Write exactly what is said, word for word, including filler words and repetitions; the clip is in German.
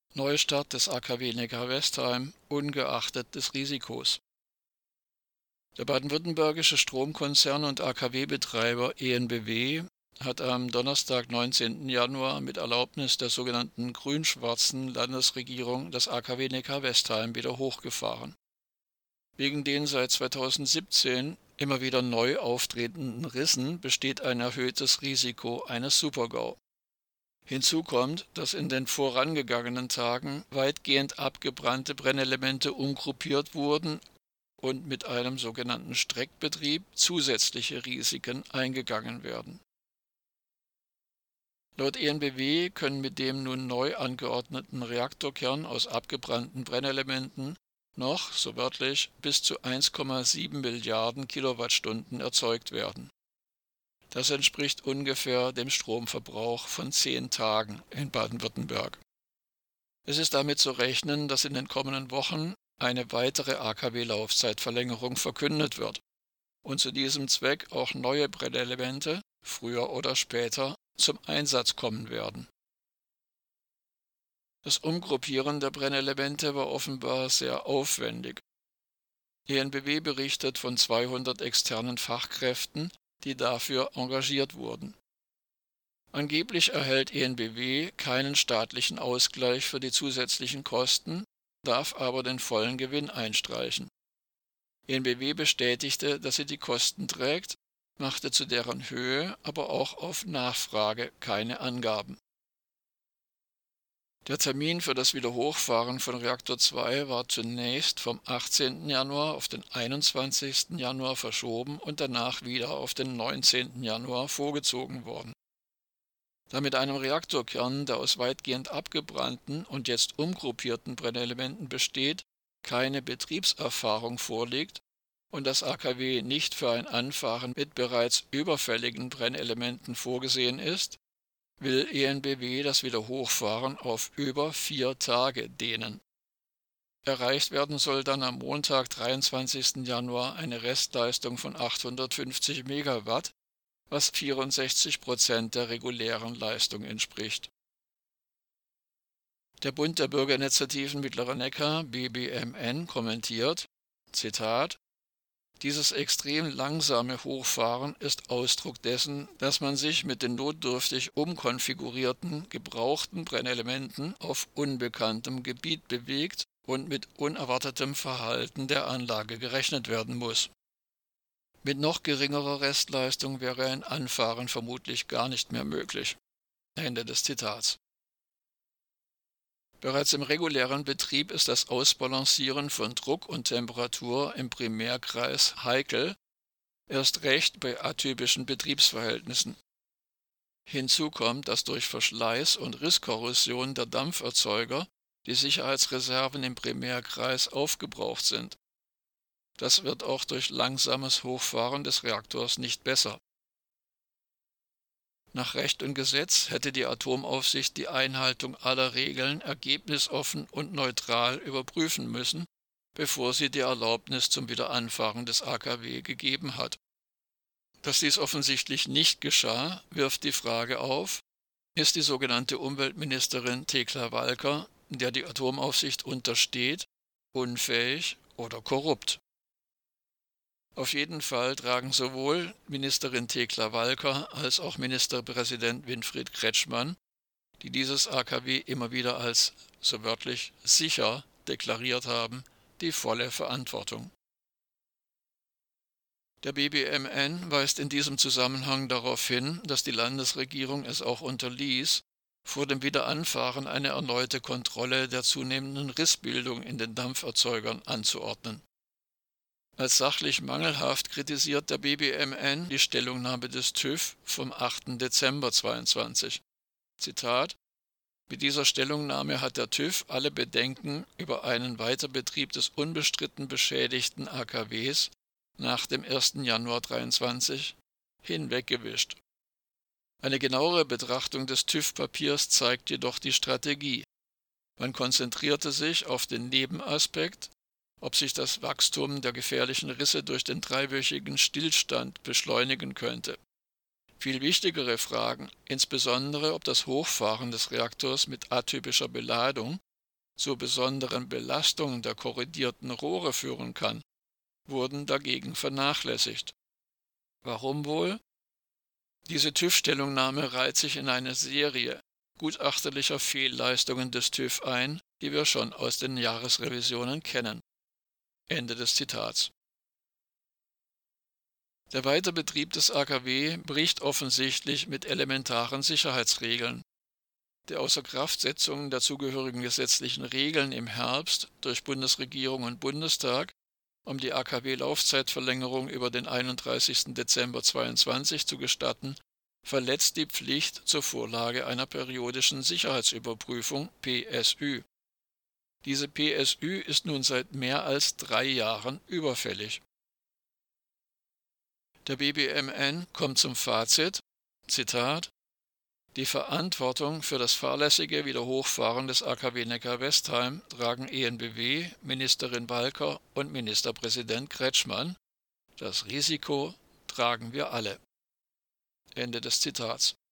Neustart des A K W Neckar-Westheim ungeachtet des Risikos. Der baden-württembergische Stromkonzern und A K W-Betreiber E N B W hat am Donnerstag, neunzehnten Januar, mit Erlaubnis der sogenannten grün-schwarzen Landesregierung das A K W Neckar-Westheim wieder hochgefahren. Wegen den seit zweitausendsiebzehn immer wieder neu auftretenden Rissen besteht ein erhöhtes Risiko eines Super-GAU. Hinzu kommt, dass in den vorangegangenen Tagen weitgehend abgebrannte Brennelemente umgruppiert wurden und mit einem sogenannten Streckbetrieb zusätzliche Risiken eingegangen werden. Laut E N B W können mit dem nun neu angeordneten Reaktorkern aus abgebrannten Brennelementen noch, so wörtlich, bis zu eins Komma sieben Milliarden Kilowattstunden erzeugt werden. Das entspricht ungefähr dem Stromverbrauch von zehn Tagen in Baden-Württemberg. Es ist damit zu rechnen, dass in den kommenden Wochen eine weitere A K W-Laufzeitverlängerung verkündet wird und zu diesem Zweck auch neue Brennelemente früher oder später zum Einsatz kommen werden. Das Umgruppieren der Brennelemente war offenbar sehr aufwendig. E N B W berichtet von zweihundert externen Fachkräften, die dafür engagiert wurden. Angeblich erhält E N B W keinen staatlichen Ausgleich für die zusätzlichen Kosten, darf aber den vollen Gewinn einstreichen. E N B W bestätigte, dass sie die Kosten trägt, machte zu deren Höhe aber auch auf Nachfrage keine Angaben. Der Termin für das Wiederhochfahren von Reaktor zwei war zunächst vom achtzehnten Januar auf den einundzwanzigsten Januar verschoben und danach wieder auf den neunzehnten Januar vorgezogen worden. Da mit einem Reaktorkern, der aus weitgehend abgebrannten und jetzt umgruppierten Brennelementen besteht, keine Betriebserfahrung vorliegt und das A K W nicht für ein Anfahren mit bereits überfälligen Brennelementen vorgesehen ist, will E N B W das Wiederhochfahren auf über vier Tage dehnen. Erreicht werden soll dann am Montag, dreiundzwanzigsten Januar, eine Restleistung von achthundertfünfzig Megawatt, was vierundsechzig Prozent der regulären Leistung entspricht. Der Bund der Bürgerinitiativen Mittlerer Neckar, B B M N, kommentiert, Zitat, dieses extrem langsame Hochfahren ist Ausdruck dessen, dass man sich mit den notdürftig umkonfigurierten, gebrauchten Brennelementen auf unbekanntem Gebiet bewegt und mit unerwartetem Verhalten der Anlage gerechnet werden muss. Mit noch geringerer Restleistung wäre ein Anfahren vermutlich gar nicht mehr möglich. Ende des Zitats. Bereits im regulären Betrieb ist das Ausbalancieren von Druck und Temperatur im Primärkreis heikel, erst recht bei atypischen Betriebsverhältnissen. Hinzu kommt, dass durch Verschleiß und Risskorrosion der Dampferzeuger die Sicherheitsreserven im Primärkreis aufgebraucht sind. Das wird auch durch langsames Hochfahren des Reaktors nicht besser. Nach Recht und Gesetz hätte die Atomaufsicht die Einhaltung aller Regeln ergebnisoffen und neutral überprüfen müssen, bevor sie die Erlaubnis zum Wiederanfahren des A K W gegeben hat. Dass dies offensichtlich nicht geschah, wirft die Frage auf, ist die sogenannte Umweltministerin Thekla Walker, der die Atomaufsicht untersteht, unfähig oder korrupt? Auf jeden Fall tragen sowohl Ministerin Thekla Walker als auch Ministerpräsident Winfried Kretschmann, die dieses A K W immer wieder als, so wörtlich, sicher deklariert haben, die volle Verantwortung. Der B B M N weist in diesem Zusammenhang darauf hin, dass die Landesregierung es auch unterließ, vor dem Wiederanfahren eine erneute Kontrolle der zunehmenden Rissbildung in den Dampferzeugern anzuordnen. Als sachlich mangelhaft kritisiert der B B M N die Stellungnahme des TÜV vom achten Dezember zweiundzwanzig. Zitat: Mit dieser Stellungnahme hat der TÜV alle Bedenken über einen Weiterbetrieb des unbestritten beschädigten A K Ws nach dem ersten Januar dreiundzwanzig hinweggewischt. Eine genauere Betrachtung des TÜV-Papiers zeigt jedoch die Strategie. Man konzentrierte sich auf den Nebenaspekt, ob sich das Wachstum der gefährlichen Risse durch den dreiwöchigen Stillstand beschleunigen könnte. Viel wichtigere Fragen, insbesondere ob das Hochfahren des Reaktors mit atypischer Beladung zur besonderen Belastung der korrodierten Rohre führen kann, wurden dagegen vernachlässigt. Warum wohl? Diese TÜV-Stellungnahme reiht sich in eine Serie gutachterlicher Fehlleistungen des TÜV ein, die wir schon aus den Jahresrevisionen kennen. Ende des Zitats. Der Weiterbetrieb des A K W bricht offensichtlich mit elementaren Sicherheitsregeln. Die Außerkraftsetzung der zugehörigen gesetzlichen Regeln im Herbst durch Bundesregierung und Bundestag, um die A K W-Laufzeitverlängerung über den einunddreißigsten Dezember zweitausendzweiundzwanzig zu gestatten, verletzt die Pflicht zur Vorlage einer periodischen Sicherheitsüberprüfung P S Ü. Diese P S Ü ist nun seit mehr als drei Jahren überfällig. Der B B M N kommt zum Fazit, Zitat, die Verantwortung für das fahrlässige Wiederhochfahren des A K W Neckar-Westheim tragen E n B W, Ministerin Walker und Ministerpräsident Kretschmann. Das Risiko tragen wir alle. Ende des Zitats.